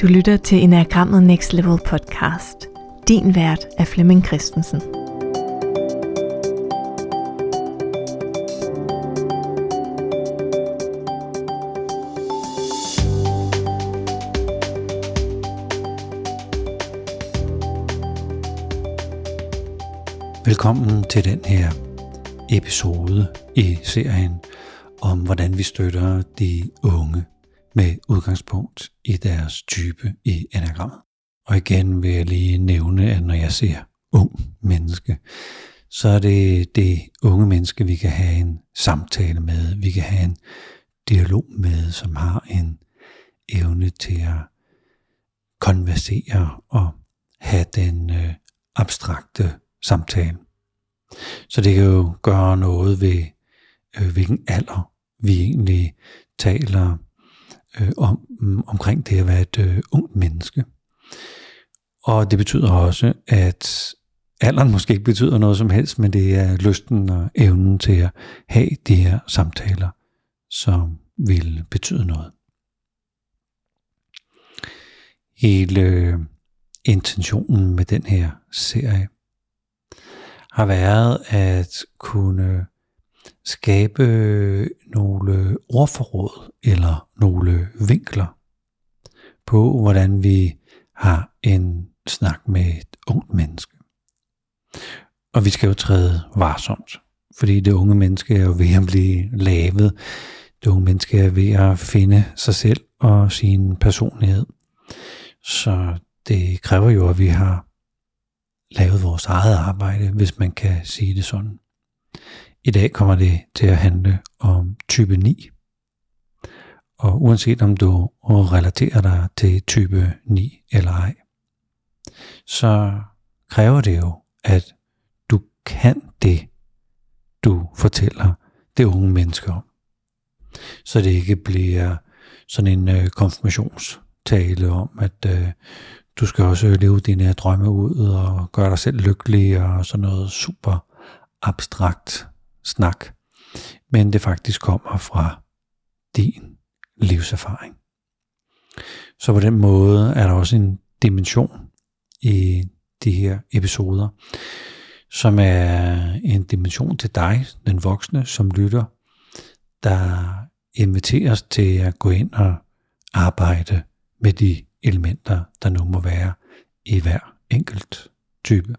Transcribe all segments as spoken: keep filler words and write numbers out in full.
Du lytter til Enneagrammet Next Level podcast. Din vært er Flemming Christensen. Velkommen til den her episode i serien om, hvordan vi støtter de unge med udgangspunkt i deres type i enneagrammet. Og igen vil jeg lige nævne, at når jeg ser ung menneske, så er det det unge menneske, vi kan have en samtale med, vi kan have en dialog med, som har en evne til at konversere og have den øh, abstrakte samtale. Så det kan jo gøre noget ved, øh, hvilken alder vi egentlig taler øh, om omkring det at være et øh, ungt menneske. Og det betyder også, at alderen måske ikke betyder noget som helst, men det er lysten og evnen til at have de her samtaler, som vil betyde noget. Hele øh, intentionen med den her serie har været at kunne skabe nogle ordforråd eller nogle vinkler på, hvordan vi har en snak med et ungt menneske. Og vi skal jo træde varsomt, fordi det unge menneske er jo ved at blive lavet. Det unge menneske er ved at finde sig selv og sin personlighed. Så det kræver jo, at vi har lavet vores eget arbejde, hvis man kan sige det sådan. I dag kommer det til at handle om type ni. Og uanset om du relaterer dig til type ni eller ej, så kræver det jo, at du kan det, du fortæller det unge menneske om. Så det ikke bliver sådan en konfirmationstale om, at øh, du skal også leve dine drømme ud og gøre dig selv lykkelig og sådan noget super abstrakt snak. Men det faktisk kommer fra din livserfaring. Så på den måde er der også en dimension i de her episoder, som er en dimension til dig, den voksne, som lytter, der inviteres til at gå ind og arbejde med de elementer, der nu må være i hver enkelt type.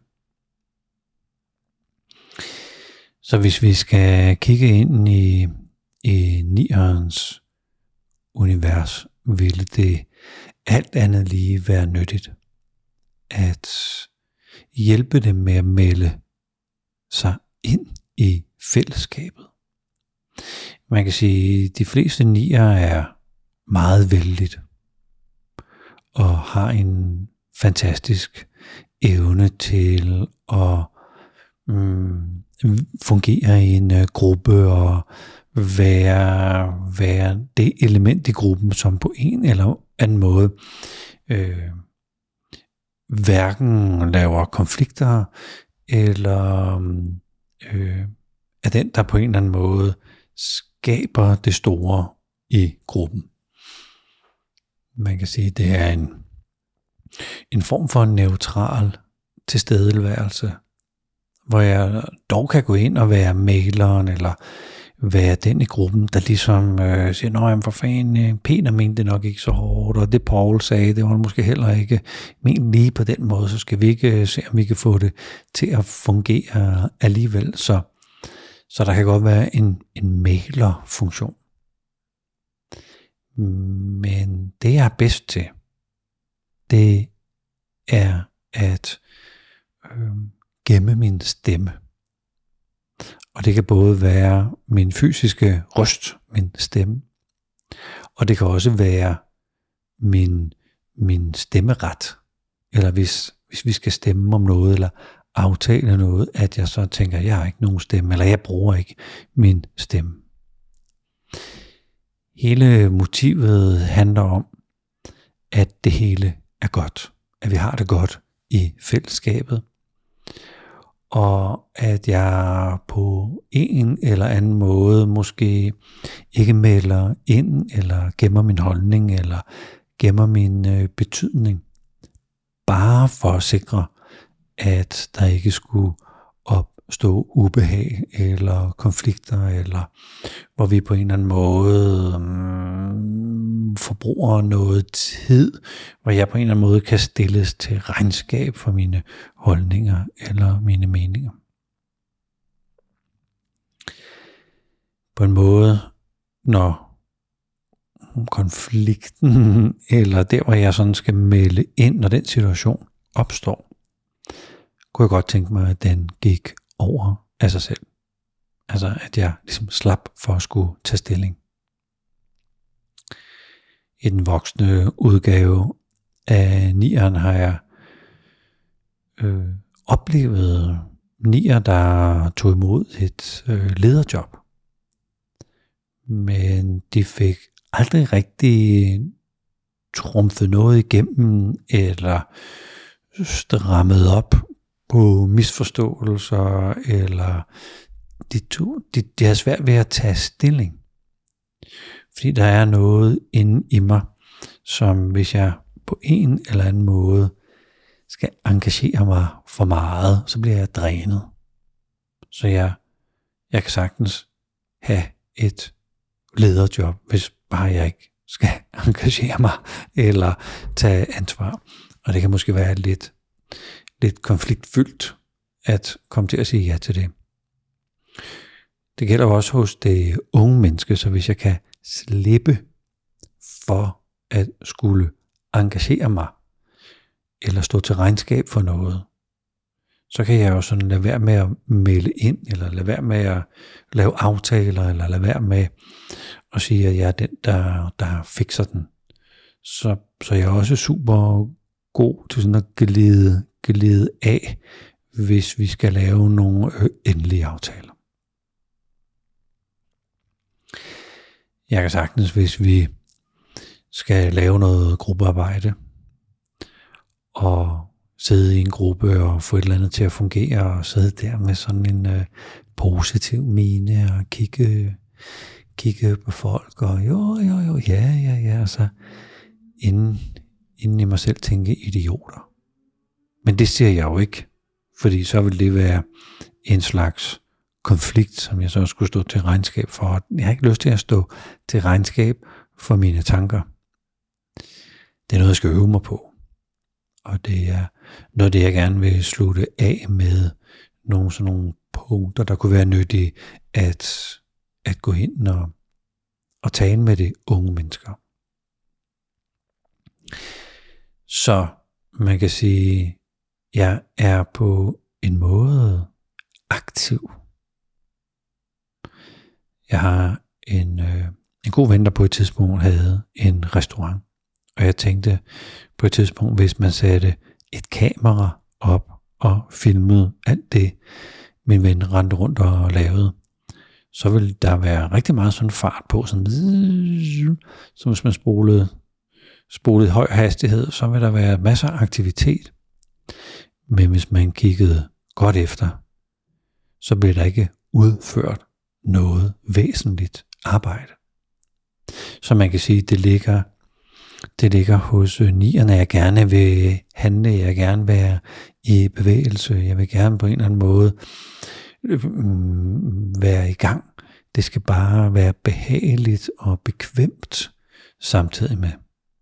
Så hvis vi skal kigge ind i, i nierens univers, ville det alt andet lige være nyttigt at hjælpe dem med at melde sig ind i fællesskabet. Man kan sige, at de fleste nier er meget vældigt og har en fantastisk evne til at mm, fungere i en uh, gruppe og være, være det element i gruppen, som på en eller anden måde øh, hverken laver konflikter eller øh, er den, der på en eller anden måde skaber det store i gruppen. Man kan sige, at det er en, en form for en neutral tilstedeværelse, hvor jeg dog kan gå ind og være maileren, eller være den i gruppen, der ligesom øh, siger, nå jamen for fanden, Peter mente det nok ikke så hårdt, og det Paul sagde, det var måske heller ikke ment lige på den måde, så skal vi ikke se, om vi kan få det til at fungere alligevel. Så, så der kan godt være en, en mailer-funktion. Men det jeg er bedst til, det er at øh, gemme min stemme. Og det kan både være min fysiske røst, min stemme, og det kan også være min, min stemmeret. Eller hvis, hvis vi skal stemme om noget, eller aftale noget, at jeg så tænker, jeg har ikke nogen stemme, eller jeg bruger ikke min stemme. Hele motivet handler om, at det hele er godt. At vi har det godt i fællesskabet. Og at jeg på en eller anden måde måske ikke melder ind, eller gemmer min holdning, eller gemmer min øh, betydning, bare for at sikre, at der ikke skulle opstå ubehag eller konflikter, eller hvor vi på en eller anden måde um, forbruger noget tid, hvor jeg på en eller anden måde kan stilles til regnskab for mine holdninger eller mine meninger. På en måde, når konflikten, eller der, hvor jeg sådan skal melde ind, når den situation opstår, kunne jeg godt tænke mig, at den gik over af sig selv. Altså, at jeg ligesom slap for at skulle tage stilling. I den voksne udgave af nieren har jeg øh, oplevet nier, der tog imod et øh, lederjob. Men de fik aldrig rigtig trumfet noget igennem, eller strammet op på misforståelser, eller de, to, de, de har svært ved at tage stilling. Fordi der er noget inde i mig, som hvis jeg på en eller anden måde skal engagere mig for meget, så bliver jeg drænet. Så jeg, jeg kan sagtens have et lederjob, hvis bare jeg ikke skal engagere mig eller tage ansvar. Og det kan måske være lidt, lidt konfliktfyldt at komme til at sige ja til det. Det gælder også hos det unge menneske, så hvis jeg kan slippe for at skulle engagere mig eller stå til regnskab for noget, så kan jeg jo sådan lade være med at melde ind, eller lade være med at lave aftaler, eller lade være med at sige, at jeg er den, der, der fikser den. Så, så jeg er også super god til sådan at glide, glide af, hvis vi skal lave nogle endelige aftaler. Jeg kan sagtens, hvis vi skal lave noget gruppearbejde, og sidde i en gruppe og få et eller andet til at fungere, og sidde der med sådan en øh, positiv mine, og kigge, kigge på folk, og jo, jo, jo, ja, ja, ja, og så inden, inden i mig selv tænke idioter. Men det siger jeg jo ikke, fordi så vil det være en slags konflikt, som jeg så skulle stå til regnskab for. Jeg har ikke lyst til at stå til regnskab for mine tanker. Det er noget, jeg skal øve mig på. Og det er noget af det, jeg gerne vil slutte af med, nogle sådan nogle punkter, der kunne være nyttige at, at gå ind og, og tale med de unge mennesker. Så man kan sige, jeg er på en måde aktiv. Jeg har en, øh, en god ven, der på et tidspunkt havde en restaurant. Og jeg tænkte på et tidspunkt, hvis man satte et kamera op og filmede alt det, min ven rendte rundt og lavede, så ville der være rigtig meget sådan fart på, sådan, så hvis man spolede, spolede høj hastighed, så vil der være masser af aktivitet. Men hvis man kiggede godt efter, så bliver der ikke udført noget væsentligt arbejde. Så man kan sige, det ligger Det ligger hos nierne, jeg gerne vil handle, jeg gerne vil være i bevægelse, jeg vil gerne på en eller anden måde være i gang. Det skal bare være behageligt og bekvemt samtidig med.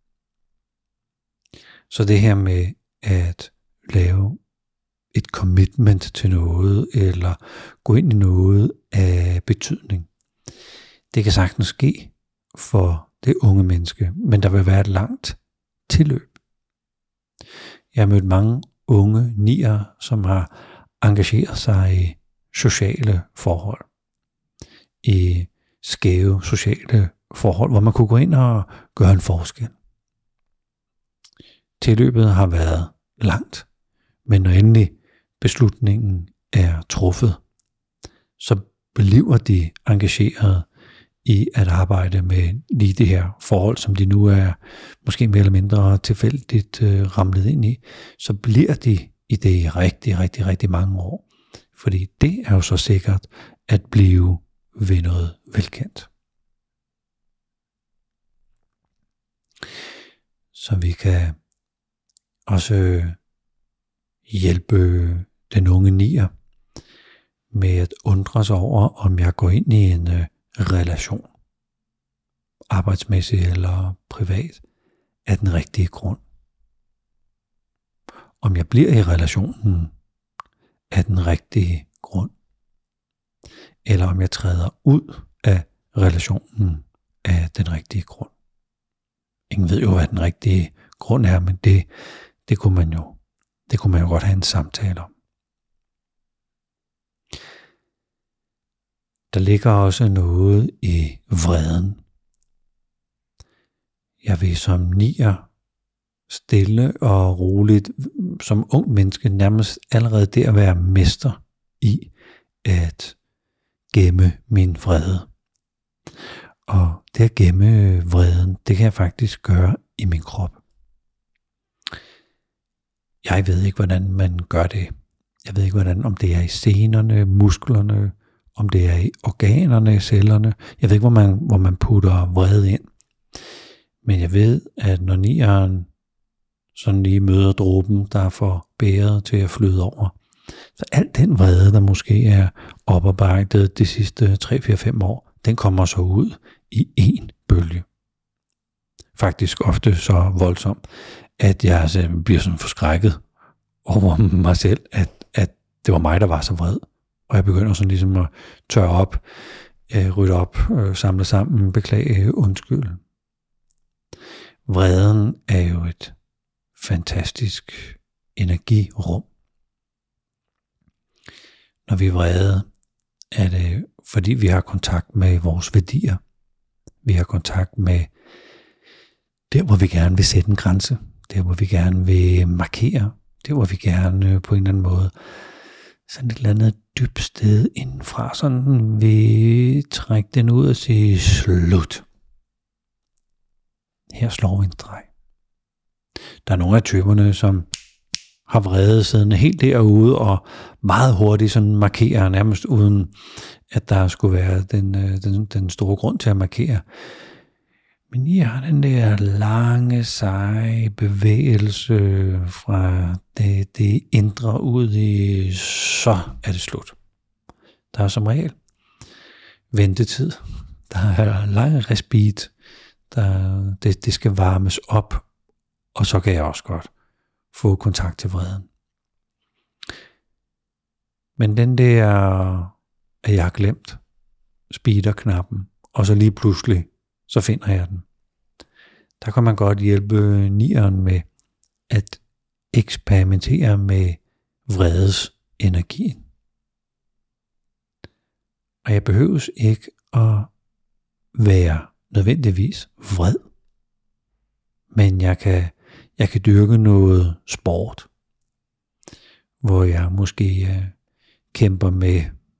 Så det her med at lave et commitment til noget, eller gå ind i noget af betydning, det kan sagtens ske for det unge menneske, men der vil være et langt tilløb. Jeg har mødt mange unge nier, som har engageret sig i sociale forhold, i skæve sociale forhold, hvor man kunne gå ind og gøre en forskel. Tilløbet har været langt, men når endelig beslutningen er truffet, så bliver de engageret i at arbejde med lige det her forhold, som de nu er måske mere eller mindre tilfældigt øh, ramlet ind i, så bliver de i det i rigtig, rigtig, rigtig mange år. Fordi det er jo så sikkert at blive ved noget velkendt. Så vi kan også hjælpe den unge nier med at undre sig over, om jeg går ind i en øh, relation, arbejdsmæssig eller privat, af den rigtige grund. Om jeg bliver i relationen af den rigtige grund, eller om jeg træder ud af relationen af den rigtige grund. Ingen ved jo, hvad den rigtige grund er, men det, det, kunne man jo, det kunne man jo godt have en samtale om. Der ligger også noget i vreden. Jeg vil som nier stille og roligt, som ung menneske, nærmest allerede der være mester i at gemme min vrede. Og det at gemme vreden, det kan jeg faktisk gøre i min krop. Jeg ved ikke, hvordan man gør det. Jeg ved ikke, hvordan, om det er i senerne, musklerne, om det er i organerne, cellerne. Jeg ved ikke, hvor man, hvor man putter vrede ind. Men jeg ved, at når nieren sådan lige møder dråben, der får bæret til at flyde over, så al den vrede, der måske er oparbejdet de sidste tre, fire, fem år, den kommer så ud i én bølge. Faktisk ofte så voldsom, at jeg altså bliver sådan forskrækket over mig selv, at, at det var mig, der var så vred. Og jeg begynder sådan ligesom at tørre op, øh, rydde op, øh, samle sammen, beklage, undskyld. Vreden er jo et fantastisk energirum. Når vi er vrede, er det fordi vi har kontakt med vores værdier. Vi har kontakt med der, hvor vi gerne vil sætte en grænse. Der, hvor vi gerne vil markere. Der, hvor vi gerne på en eller anden måde sådan et eller andet dybt sted indenfra, sådan vi trække den ud og sige slut. Her slår vi en streg. Der er nogle af typerne, som har vrede siddende helt derude og meget hurtigt sådan markerer, nærmest uden at der skulle være den, den, den store grund til at markere. Men I har den der lange, seje bevægelse fra det, det indre ud i, så er det slut. Der er som regel ventetid. Der er lang respit. Der, det, det skal varmes op, og så kan jeg også godt få kontakt til vreden. Men den der, at jeg har glemt speederknappen, og så lige pludselig, så finder jeg den. Der kan man godt hjælpe nieren med at eksperimentere med vredesenergien. Og jeg behøves ikke at være nødvendigvis vred. Men jeg kan, jeg kan dyrke noget sport, hvor jeg måske uh, kæmper med,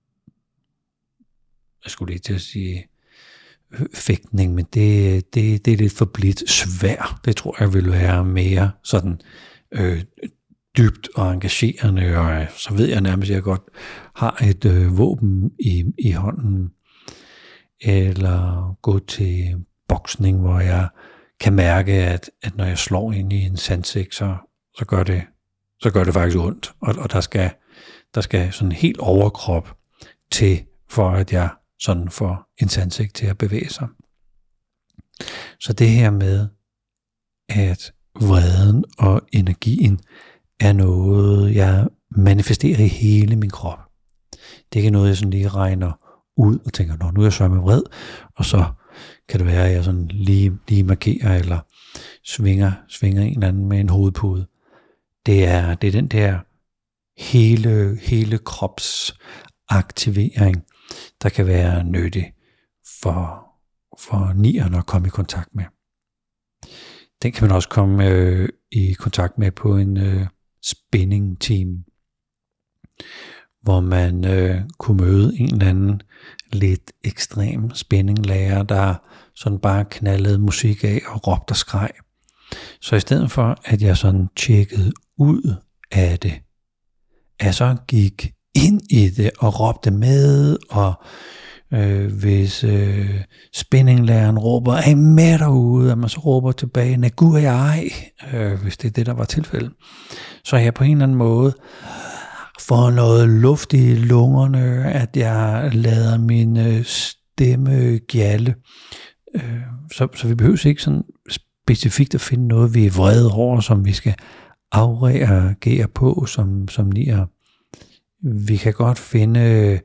jeg skulle lige til at sige, fægtning, men det, det, det er lidt for blidt. Svær, det tror jeg vil være mere sådan øh, dybt og engagerende, og så ved jeg nærmest, at jeg godt har et øh, våben i, i hånden, eller gå til boksning, hvor jeg kan mærke, at, at når jeg slår ind i en sandsæk, så, så, gør det, så gør det faktisk ondt, og, og der, skal, der skal sådan helt overkrop til, for at jeg sådan får en sandsæk til at bevæge sig. Så det her med, at vreden og energien er noget, jeg manifesterer i hele min krop. Det er ikke noget, jeg sådan lige regner ud og tænker, nå, nu er jeg så med vred, og så kan det være, at jeg sådan lige, lige markerer, eller svinger, svinger en eller anden med en hovedpude. Det er, det er den der hele, hele kropsaktivering, der kan være nyttig for, for nieren at komme i kontakt med. Den kan man også komme øh, i kontakt med på en øh, spinning team, hvor man øh, kunne møde en eller anden lidt ekstrem spændinglærer, der sådan bare knaldede musik af og råbte og skreg. Så i stedet for, at jeg sådan tjekkede ud af det, at jeg så gik ind i det og råbte med og Øh, hvis øh, spinninglæreren råber, er I med derude? At man så råber tilbage, nej gud er jeg, øh, hvis det er det, der var tilfældet. Så jeg på en eller anden måde får noget luft i lungerne, at jeg lader min øh, stemme gjalde. Øh, så, så vi behøver ikke sådan specifikt at finde noget, vi er vrede over, som vi skal afreagere på som, som nier. Vi kan godt finde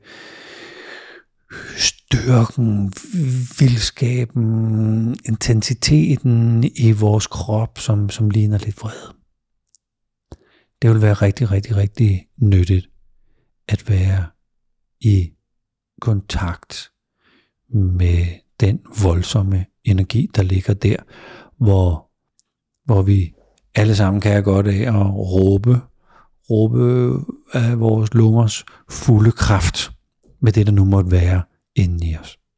styrken, vildskaben, intensiteten i vores krop, som, som ligner lidt vrede. Det vil være rigtig, rigtig, rigtig nyttigt at være i kontakt med den voldsomme energi, der ligger der, hvor, hvor vi alle sammen kan have godt af at råbe, råbe af vores lungers fulde kraft med det, der nu måtte være inde i os.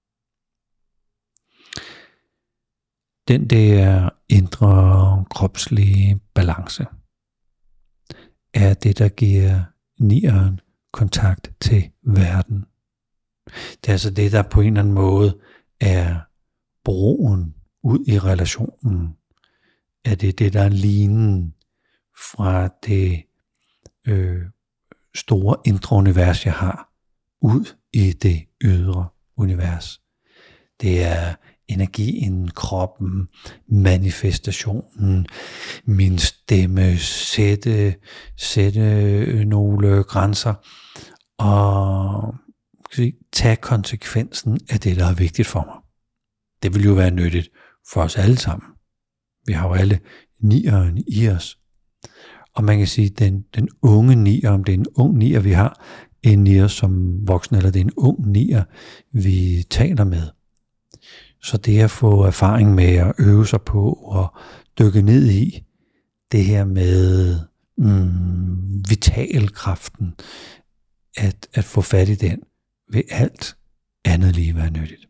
Den der indre kropslige balance er det, der giver nieren kontakt til verden. Det er altså det, der på en eller anden måde er broen ud i relationen. Er det det, der er linen fra det øh, store indre univers, jeg har, ud i det ydre univers. Det er energien, kroppen, manifestationen, min stemme, sætte, sætte nogle grænser og tage konsekvensen af det, der er vigtigt for mig. Det vil jo være nyttigt for os alle sammen. Vi har jo alle nieren i os. Og man kan sige, at den, den unge nier, om det er en ung nier, vi har, en nier som voksen, eller det er en ung nier, vi taler med. Så det at få erfaring med at øve sig på og dykke ned i det her med mm, vitalkraften, at, at få fat i den, vil alt andet lige være nyttigt.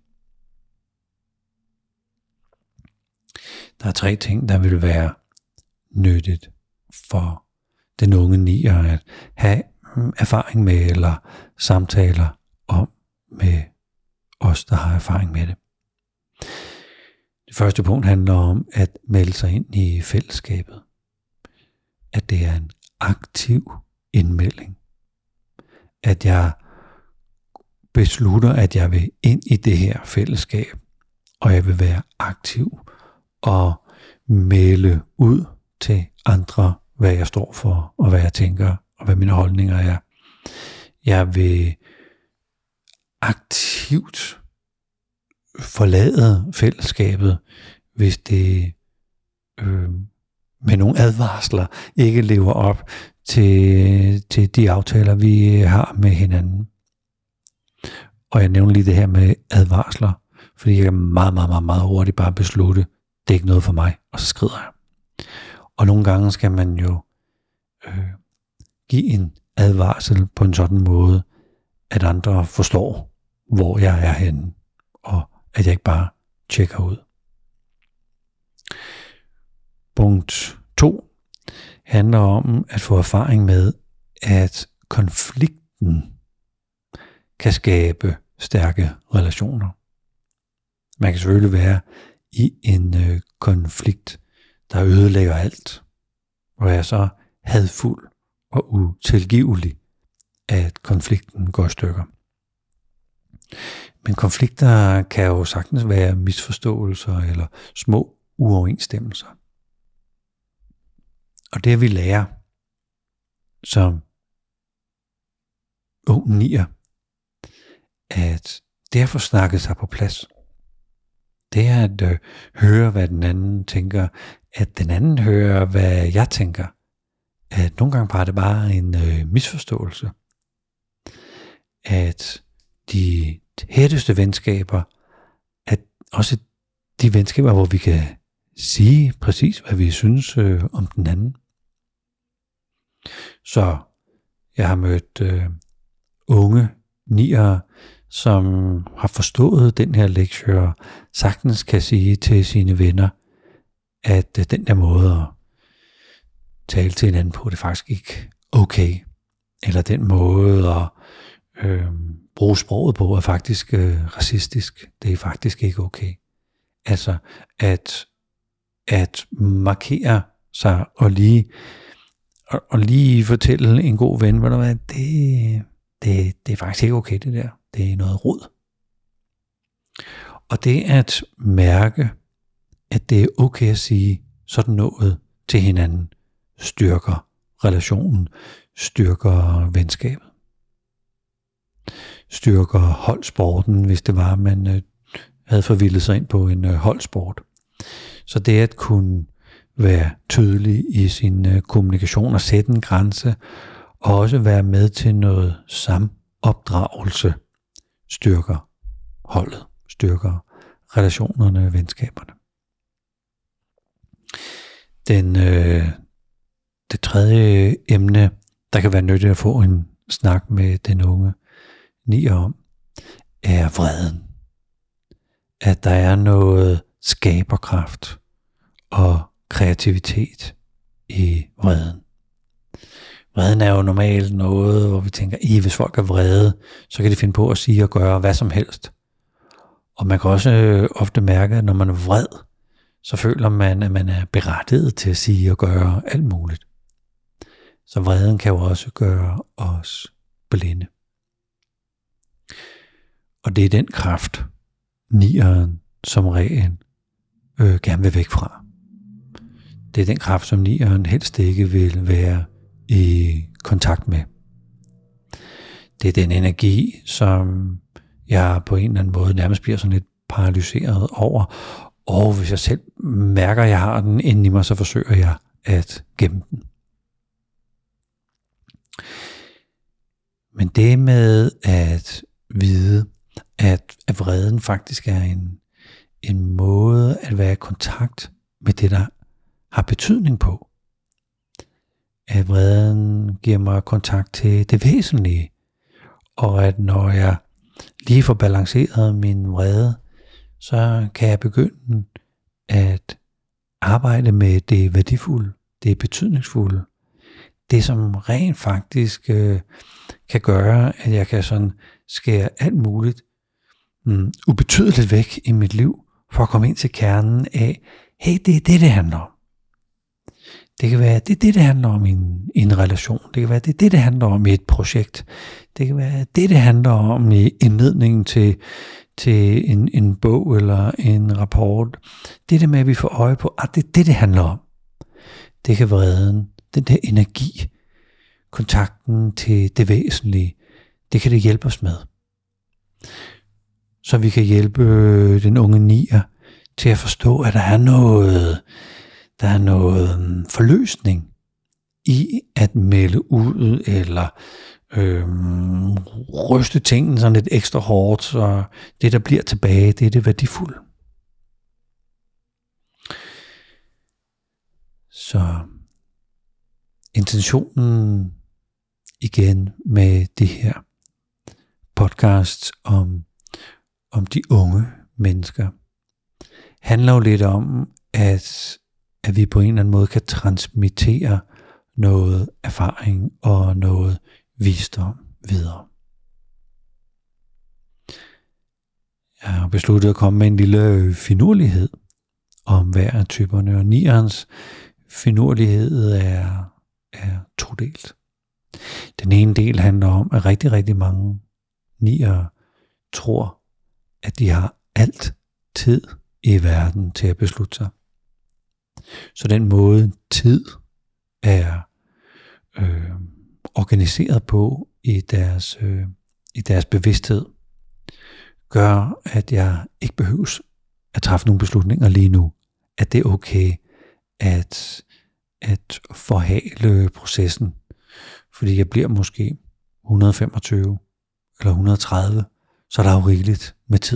Der er tre ting, der vil være nyttigt for den unge nier at have erfaring med eller samtaler om med os, der har erfaring med det. Det første punkt handler om at melde sig ind i fællesskabet. At det er en aktiv indmelding. At jeg beslutter, at jeg vil ind i det her fællesskab, og jeg vil være aktiv og melde ud til andre, hvad jeg står for, og hvad jeg tænker, og hvad mine holdninger er. Jeg vil aktivt forlade fællesskabet, hvis det øh, med nogle advarsler ikke lever op til, til de aftaler, vi har med hinanden. Og jeg nævner lige det her med advarsler, fordi jeg kan meget, meget, meget, meget hurtigt bare beslutte, det er ikke noget for mig, og så skrider jeg. Og nogle gange skal man jo øh, give en advarsel på en sådan måde, at andre forstår, hvor jeg er henne, og at jeg ikke bare tjekker ud. Punkt to handler om at få erfaring med, at konflikten kan skabe stærke relationer. Man kan selvfølgelig være i en øh, konflikt, der ødelægger alt, hvor jeg er så hadfuld og utilgivelig, at konflikten går i stykker. Men konflikter kan jo sagtens være misforståelser eller små uoverensstemmelser. Og det vi lærer som ung nier, at det at få snakket sig på plads, det er at øh, høre, hvad den anden tænker, at den anden hører, hvad jeg tænker. At nogle gange bare er det bare en øh, misforståelse. At de tætteste venskaber, at også de venskaber, hvor vi kan sige præcis, hvad vi synes øh, om den anden. Så jeg har mødt øh, unge niere, som har forstået den her lektie og sagtens kan sige til sine venner, at øh, den der måde at tale til hinanden på, det er faktisk ikke okay. Eller den måde at øh, bruge sproget på er faktisk øh, racistisk. Det er faktisk ikke okay. Altså at, at markere sig og lige, og, og lige fortælle en god ven, hvad det, det, det er faktisk ikke okay det der. Det er noget rod. Og det at mærke, at det er okay at sige sådan noget til hinanden, styrker relationen, styrker venskabet, styrker holdsporten, hvis det var, man øh, havde forvildet sig ind på en øh, holdsport. Så det at kunne være tydelig i sin øh, kommunikation og sætte en grænse, og også være med til noget samopdragelse, styrker holdet, styrker relationerne og venskaberne. Den, øh, det tredje emne, der kan være nyttigt at få en snak med den unge nier om, er vreden. At der er noget skaberkraft og kreativitet i vreden. Vreden er jo normalt noget, hvor vi tænker, I, hvis folk er vrede, så kan de finde på at sige og gøre hvad som helst. Og man kan også ofte mærke, at når man er vred, så føler man, at man er berettiget til at sige og gøre alt muligt. Så vreden kan jo også gøre os blinde. Og det er den kraft, nieren som regel øh, gerne vil væk fra. Det er den kraft, som nieren helst ikke vil være i kontakt med. Det er den energi, som jeg på en eller anden måde nærmest bliver sådan lidt paralyseret over. Og hvis jeg selv mærker, at jeg har den inde i mig, så forsøger jeg at gemme den. Men det med at vide, at, at vreden faktisk er en, en måde at være i kontakt med det, der har betydning på. At vreden giver mig kontakt til det væsentlige. Og at når jeg lige får balanceret min vrede, så kan jeg begynde at arbejde med det værdifulde, det betydningsfulde. Det som rent faktisk øh, kan gøre, at jeg kan sådan skære alt muligt mm, ubetydeligt væk i mit liv, for at komme ind til kernen af, hey, det er det, det handler om. Det kan være, det er det, det handler om i en, i en relation. Det kan være, det er det, det handler om i et projekt. Det kan være, det, det handler om i indledningen til, til en, en bog eller en rapport. Det er det med, at vi får øje på, at det er det, det handler om. Det kan vreden, den der energi, kontakten til det væsentlige, det kan det hjælpe os med. Så vi kan hjælpe den unge nier til at forstå, at der er noget, der er noget forløsning i at melde ud, eller øhm, ryste tingene sådan lidt ekstra hårdt, så det, der bliver tilbage, det er det værdifulde. Så intentionen igen med det her podcast om, om de unge mennesker handler jo lidt om, at, at vi på en eller anden måde kan transmittere noget erfaring og noget visdom videre. Jeg har besluttet at komme med en lille finurlighed om hver af typerne, og nierens finurlighed er, er todelt. Den ene del handler om, at rigtig, rigtig mange niere tror, at de har alt tid i verden til at beslutte sig. Så den måde tid er øh, organiseret på i deres, øh, i deres bevidsthed, gør, at jeg ikke behøves at træffe nogle beslutninger lige nu. At det er okay at, at forhale processen, fordi jeg bliver måske et hundrede og femogtyve eller et hundrede og tredive, så er der jo rigeligt med tid.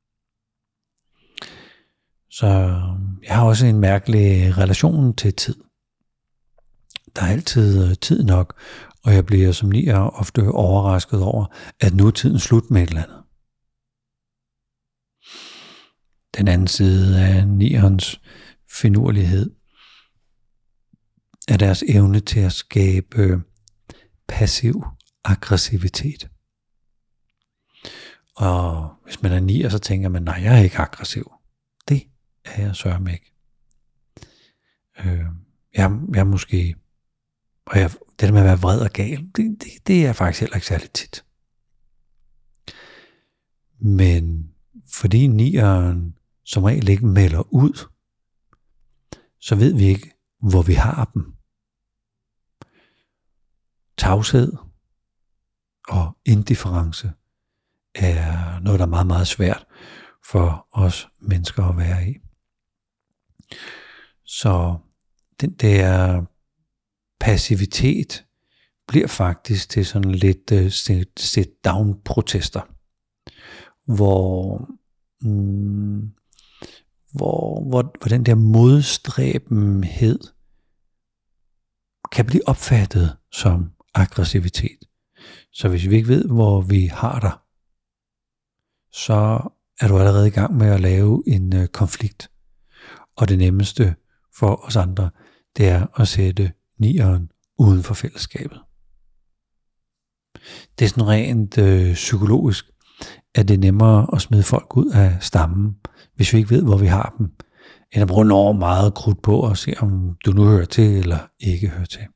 Så jeg har også en mærkelig relation til tid. Der er altid tid nok, og jeg bliver som nier ofte overrasket over, at nu er tiden slut med et eller andet. Den anden side af nierens finurlighed er deres evne til at skabe passiv aggressivitet. Og hvis man er nier, så tænker man, nej, jeg er ikke aggressiv. Det er jeg sørme ikke. Øh, jeg, jeg er måske, og jeg, det der med at være vred og gal, det, det, det er faktisk heller ikke særlig tit. Men fordi nieren som regel ikke melder ud, så ved vi ikke, hvor vi har dem. Tavshed og indifference er noget, der er meget, meget svært for os mennesker at være i. Så den der passivitet bliver faktisk til sådan lidt uh, sit-down-protester, hvor, mm, hvor, hvor, hvor den der modstræbenhed kan blive opfattet som aggressivitet. Så hvis vi ikke ved, hvor vi har der, så er du allerede i gang med at lave en øh, konflikt. Og det nemmeste for os andre, det er at sætte nieren uden for fællesskabet. Det er sådan rent øh, psykologisk, at det er nemmere at smide folk ud af stammen, hvis vi ikke ved, hvor vi har dem, end at bruge enormt meget krudt på at se, om du nu hører til eller ikke hører til.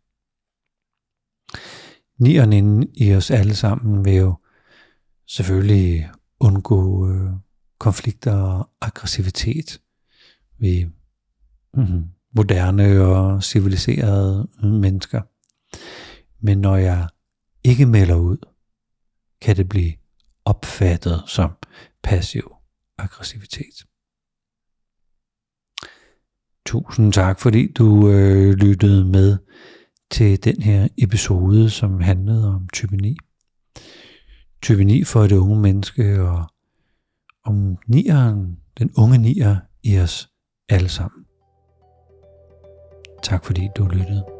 Nieren inde i os alle sammen vil jo selvfølgelig undgå øh, konflikter og aggressivitet. Vi er mm, moderne og civiliserede mennesker. Men når jeg ikke melder ud, kan det blive opfattet som passiv aggressivitet. Tusind tak, fordi du øh, lyttede med til den her episode, som handlede om type ni. Type ni for det unge menneske, og om nieren, den unge nier i os alle sammen. Tak fordi du lyttede.